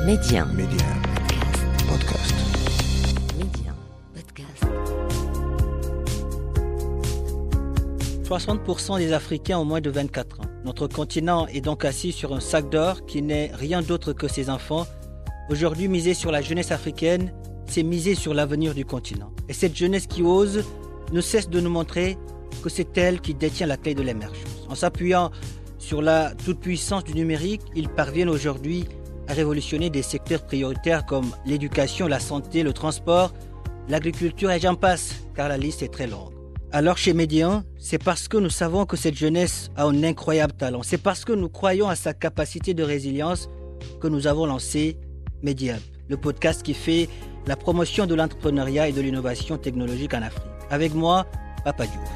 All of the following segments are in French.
Média. Podcast. Média. Podcast. 60% des Africains ont moins de 24 ans. Notre continent est donc assis sur un sac d'or qui n'est rien d'autre que ses enfants. Aujourd'hui, miser sur la jeunesse africaine, c'est miser sur l'avenir du continent. Et cette jeunesse qui ose ne cesse de nous montrer que c'est elle qui détient la clé de l'émergence. En s'appuyant sur la toute-puissance du numérique, ils parviennent aujourd'hui à révolutionner des secteurs prioritaires comme l'éducation, la santé, le transport, l'agriculture et j'en passe, car la liste est très longue. Alors chez Médian, c'est parce que nous savons que cette jeunesse a un incroyable talent, c'est parce que nous croyons à sa capacité de résilience que nous avons lancé Média, le podcast qui fait la promotion de l'entrepreneuriat et de l'innovation technologique en Afrique. Avec moi, Papa Diouf.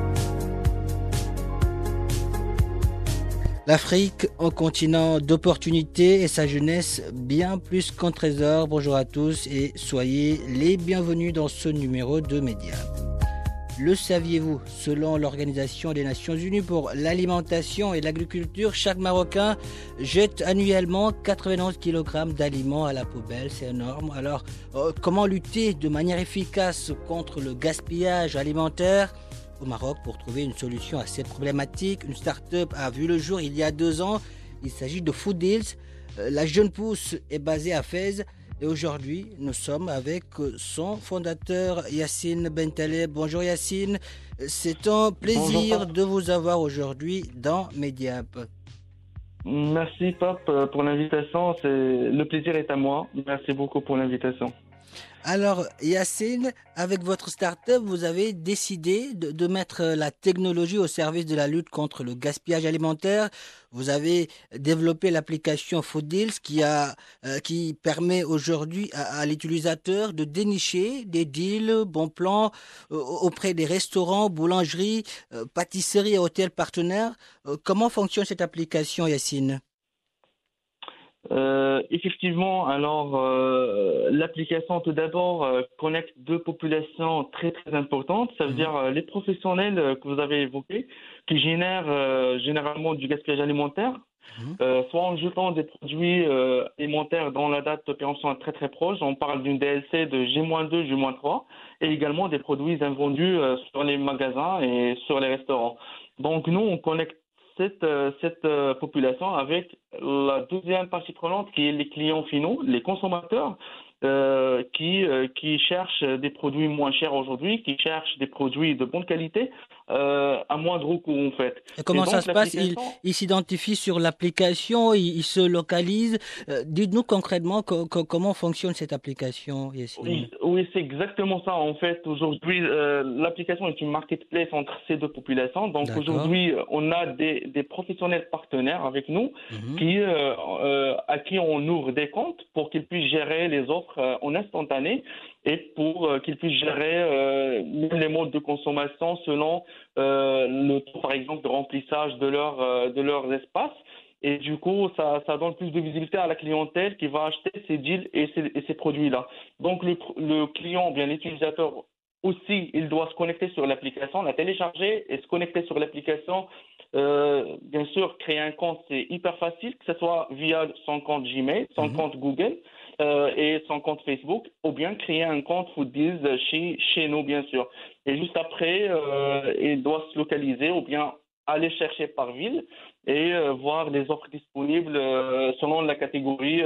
L'Afrique, un continent d'opportunités et sa jeunesse bien plus qu'un trésor. Bonjour à tous et soyez les bienvenus dans ce numéro de Média. Le saviez-vous, selon l'Organisation des Nations Unies pour l'alimentation et l'agriculture, chaque Marocain jette annuellement 91 kg d'aliments à la poubelle, c'est énorme. Alors, comment lutter de manière efficace contre le gaspillage alimentaire ? Au Maroc, pour trouver une solution à cette problématique, une start-up a vu le jour il y a 2 ans. Il s'agit de Food Deals. La jeune pousse est basée à Fès. Et aujourd'hui, nous sommes avec son fondateur Yacine Bentaleb. Bonjour Yacine, c'est un plaisir de vous avoir aujourd'hui dans Mediap. Merci Pape pour l'invitation, le plaisir est à moi. Merci beaucoup pour l'invitation. Alors Yacine, avec votre start-up, vous avez décidé de mettre la technologie au service de la lutte contre le gaspillage alimentaire. Vous avez développé l'application Food Deals qui permet aujourd'hui à l'utilisateur de dénicher des deals, bons plans auprès des restaurants, boulangeries, pâtisseries et hôtels partenaires. Comment fonctionne cette application, Yacine ? Effectivement, alors l'application tout d'abord connecte deux populations très très importantes, ça veut dire les professionnels que vous avez évoqués, qui génèrent généralement du gaspillage alimentaire, soit en jetant des produits alimentaires dont la date de péremption est très très proche, on parle d'une DLC de J-2, J-3, et également des produits invendus sur les magasins et sur les restaurants. Donc nous, on connecte cette population avec la deuxième partie prenante qui est les clients finaux, les consommateurs qui cherchent des produits moins chers aujourd'hui, qui cherchent des produits de bonne qualité à moindre coût en fait. Et comment ça se passe ? Il s'identifie sur l'application, il se localise. Dites-nous concrètement comment fonctionne cette application, Yacine. Oui, c'est exactement ça. En fait, aujourd'hui, l'application est une marketplace entre ces deux populations. Donc D'accord. Aujourd'hui, on a des professionnels partenaires avec nous à qui on ouvre des comptes pour qu'ils puissent gérer les offres en instantané et pour qu'ils puissent gérer les modes de consommation selon le taux, par exemple, de remplissage de leurs espaces. Et du coup, ça donne plus de visibilité à la clientèle qui va acheter ces deals et ces produits-là. Donc, le client, bien l'utilisateur aussi, il doit se connecter sur l'application, la télécharger et se connecter sur l'application. Bien sûr, créer un compte, c'est hyper facile, que ce soit via son compte Gmail, son compte Google et son compte Facebook, ou bien créer un compte Food Deals chez nous, bien sûr. Et juste après, il doit se localiser ou bien aller chercher par ville et voir les offres disponibles selon la catégorie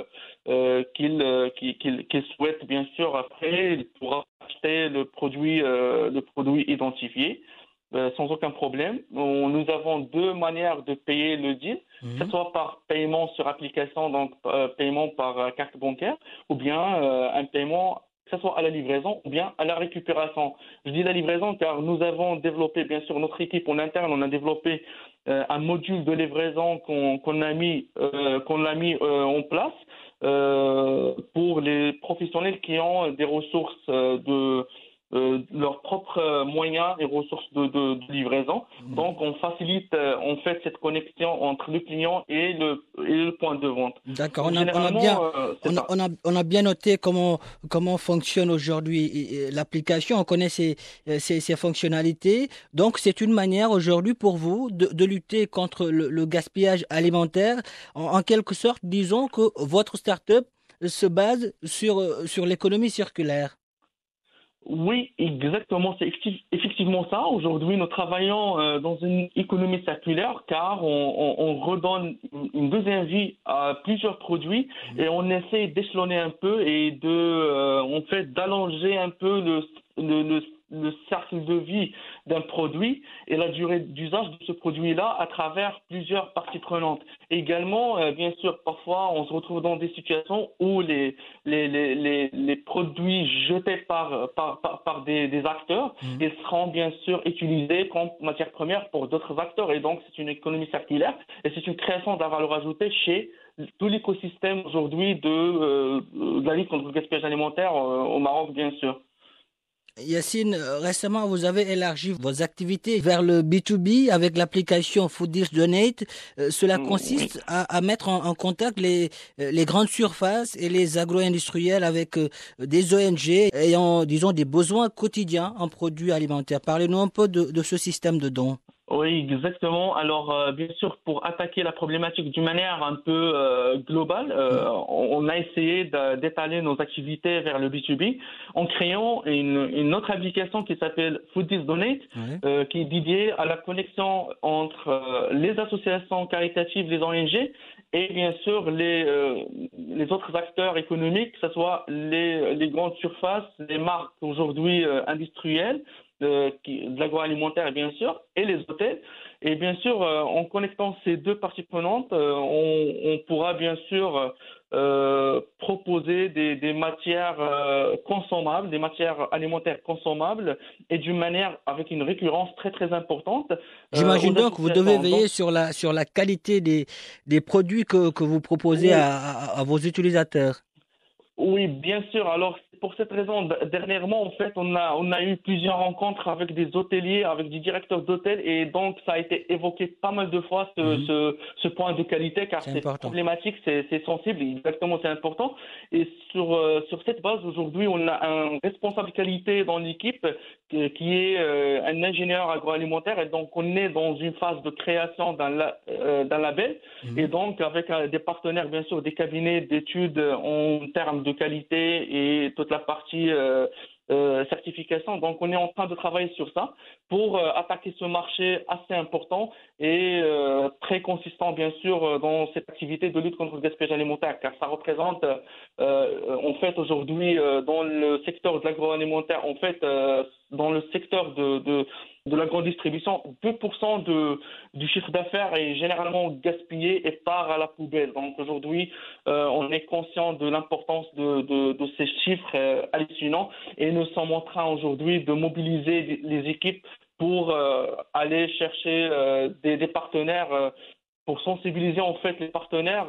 qu'il souhaite, bien sûr. Après, il pourra acheter le produit identifié sans aucun problème. Nous avons 2 manières de payer le deal, que ce soit par paiement sur application, donc paiement par carte bancaire, ou bien un paiement que ce soit à la livraison ou bien à la récupération. Je dis la livraison car nous avons développé, bien sûr, notre équipe en interne, on a développé un module de livraison qu'on a mis en place pour les professionnels qui ont des ressources leurs propres moyens et ressources de livraison. Donc, on facilite en fait cette connexion entre le client et le point de vente. D'accord, Donc, c'est ça. on a bien noté comment fonctionne aujourd'hui l'application. On connaît ses fonctionnalités. Donc, c'est une manière aujourd'hui pour vous de lutter contre le gaspillage alimentaire. En quelque sorte, disons que votre start-up se base sur l'économie circulaire. Oui, exactement. C'est effectivement ça. Aujourd'hui, nous travaillons dans une économie circulaire car on redonne une deuxième vie à plusieurs produits et on essaie d'échelonner un peu et en fait, d'allonger un peu le cercle de vie d'un produit et la durée d'usage de ce produit-là à travers plusieurs parties prenantes. Également, bien sûr, parfois, on se retrouve dans des situations où les produits jetés par des acteurs, ils seront bien sûr utilisés comme matière première pour d'autres acteurs. Et donc, c'est une économie circulaire et c'est une création de la valeur ajoutée chez tout l'écosystème aujourd'hui de la lutte contre le gaspillage alimentaire au Maroc, bien sûr. Yacine, récemment, vous avez élargi vos activités vers le B2B avec l'application Food Deals Donate. Cela Oui. consiste à mettre en contact les grandes surfaces et les agro-industriels avec des ONG ayant, disons, des besoins quotidiens en produits alimentaires. Parlez-nous un peu de ce système de dons. Oui, exactement. Alors, bien sûr, pour attaquer la problématique d'une manière un peu globale, on a essayé d'étaler nos activités vers le B2B en créant une autre application qui s'appelle Foodies Donate, Ouais. qui est dédiée à la connexion entre les associations caritatives, les ONG, et bien sûr les autres acteurs économiques, que ce soit les grandes surfaces, les marques aujourd'hui industrielles, de l'agroalimentaire bien sûr, et les hôtels. Et bien sûr, en connectant ces deux parties prenantes, on pourra bien sûr proposer des matières consommables, des matières alimentaires consommables, et d'une manière avec une récurrence très très importante J'imagine aux donc que vous devez associations. veiller Donc, sur la qualité des produits que vous proposez oui, à vos utilisateurs. oui, bien sûr. Alors, c'est pour cette raison, dernièrement, en fait, on a eu plusieurs rencontres avec des hôteliers, avec des directeurs d'hôtels, et donc ça a été évoqué pas mal de fois Mhm. ce point de qualité, car C'est c'est important. problématique, c'est sensible, exactement, c'est important. Et sur cette base, aujourd'hui, on a un responsable qualité dans l'équipe qui est un ingénieur agroalimentaire, et donc on est dans une phase de création d'un label. Et Mhm. donc, avec des partenaires, bien sûr, des cabinets d'études en termes de qualité et toute la partie certification. Donc, on est en train de travailler sur ça pour attaquer ce marché assez important et très consistant, bien sûr, dans cette activité de lutte contre le gaspillage alimentaire, car ça représente, en fait, aujourd'hui, dans le secteur de l'agroalimentaire, en fait, dans le secteur de la grande distribution, 2% du chiffre d'affaires est généralement gaspillé et part à la poubelle. Donc aujourd'hui, on est conscient de l'importance de ces chiffres hallucinants et nous sommes en train aujourd'hui de mobiliser les équipes pour aller chercher des partenaires pour sensibiliser en fait les partenaires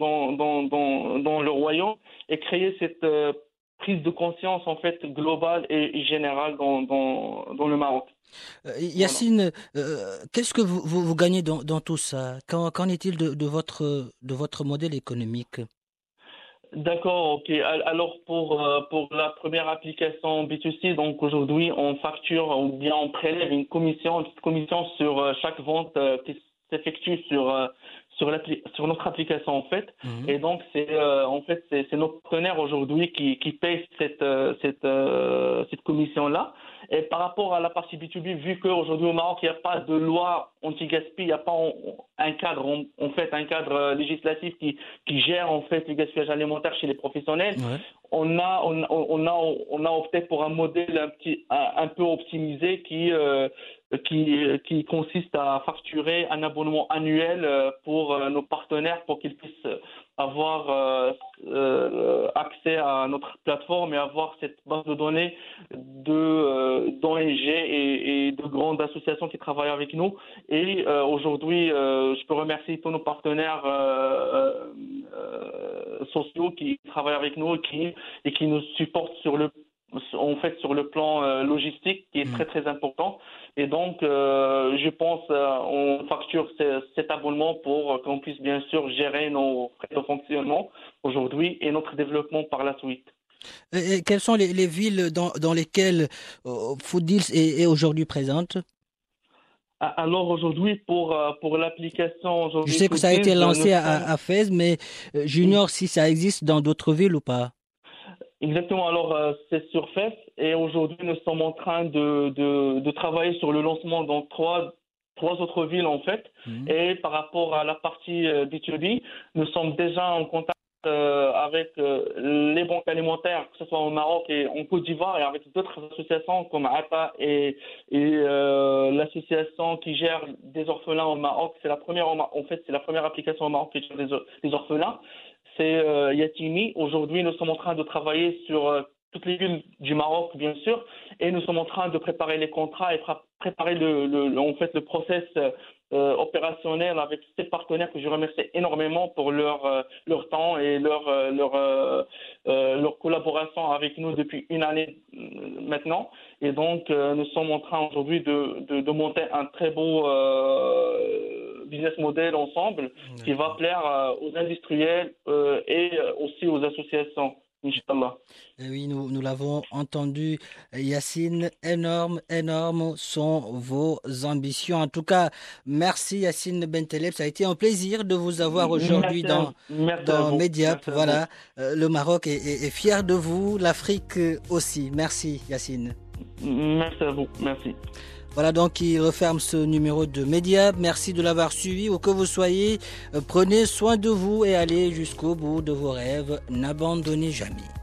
dans le royaume et créer cette prise de conscience en fait globale et générale dans le Maroc. Voilà. Yacine, qu'est-ce que vous gagnez dans tout ça? Qu'en est-il de votre modèle économique? D'accord, ok. Alors pour la première application B2C, donc aujourd'hui on facture ou bien on prélève une petite commission sur chaque vente qui s'effectue sur notre application en fait. Mhm. Et donc c'est nos partenaires aujourd'hui qui payent cette commission là. Et par rapport à la partie B2B, vu qu'aujourd'hui au Maroc il n'y a pas de loi anti-gaspi, il n'y a pas un cadre en fait un cadre législatif qui gère en fait le gaspillage alimentaire chez les professionnels. Ouais. On a opté pour un modèle un peu optimisé qui consiste à facturer un abonnement annuel pour nos partenaires pour qu'ils puissent avoir accès à notre plateforme et avoir cette base de données d'ONG et de grandes associations qui travaillent avec nous. Et aujourd'hui, je peux remercier tous nos partenaires sociaux qui travaillent avec nous et qui nous supportent sur le en fait sur le plan logistique qui est très très important. Et donc, je pense on facture cet abonnement pour qu'on puisse bien sûr gérer nos frais de fonctionnement aujourd'hui et notre développement par la suite. Et quelles sont les villes dans lesquelles Fooddeals est aujourd'hui présente? Alors aujourd'hui, pour l'application aujourd'hui, Je sais que ça a été lancé nous sommes... à Fès, mais j'ignore si ça existe dans d'autres villes ou pas. Exactement, alors c'est sur FES et aujourd'hui nous sommes en train de travailler sur le lancement dans trois autres villes en fait. Et par rapport à la partie B2B, nous sommes déjà en contact avec les banques alimentaires, que ce soit au Maroc et en Côte d'Ivoire, et avec d'autres associations comme ATA et l'association qui gère des orphelins au Maroc. C'est la première c'est la première application au Maroc qui gère des orphelins. C'est Yatimi. Aujourd'hui, nous sommes en train de travailler sur toutes les villes du Maroc, bien sûr, et nous sommes en train de préparer les contrats et préparer le process opérationnel avec ces partenaires que je remercie énormément pour leur temps et leur collaboration avec nous depuis une année maintenant. Et donc, nous sommes en train aujourd'hui de monter un très beau business model ensemble qui va plaire aux industriels et aussi aux associations. Inch'Allah. Oui, nous l'avons entendu, Yacine, énorme sont vos ambitions. En tout cas, merci Yacine Benteleb, ça a été un plaisir de vous avoir aujourd'hui dans Mediap. Voilà, le Maroc est fier de vous, l'Afrique aussi. Merci Yacine. Merci à vous, merci. Voilà donc qui referme ce numéro de Mediap. Merci de l'avoir suivi. Où que vous soyez, prenez soin de vous et allez jusqu'au bout de vos rêves. N'abandonnez jamais.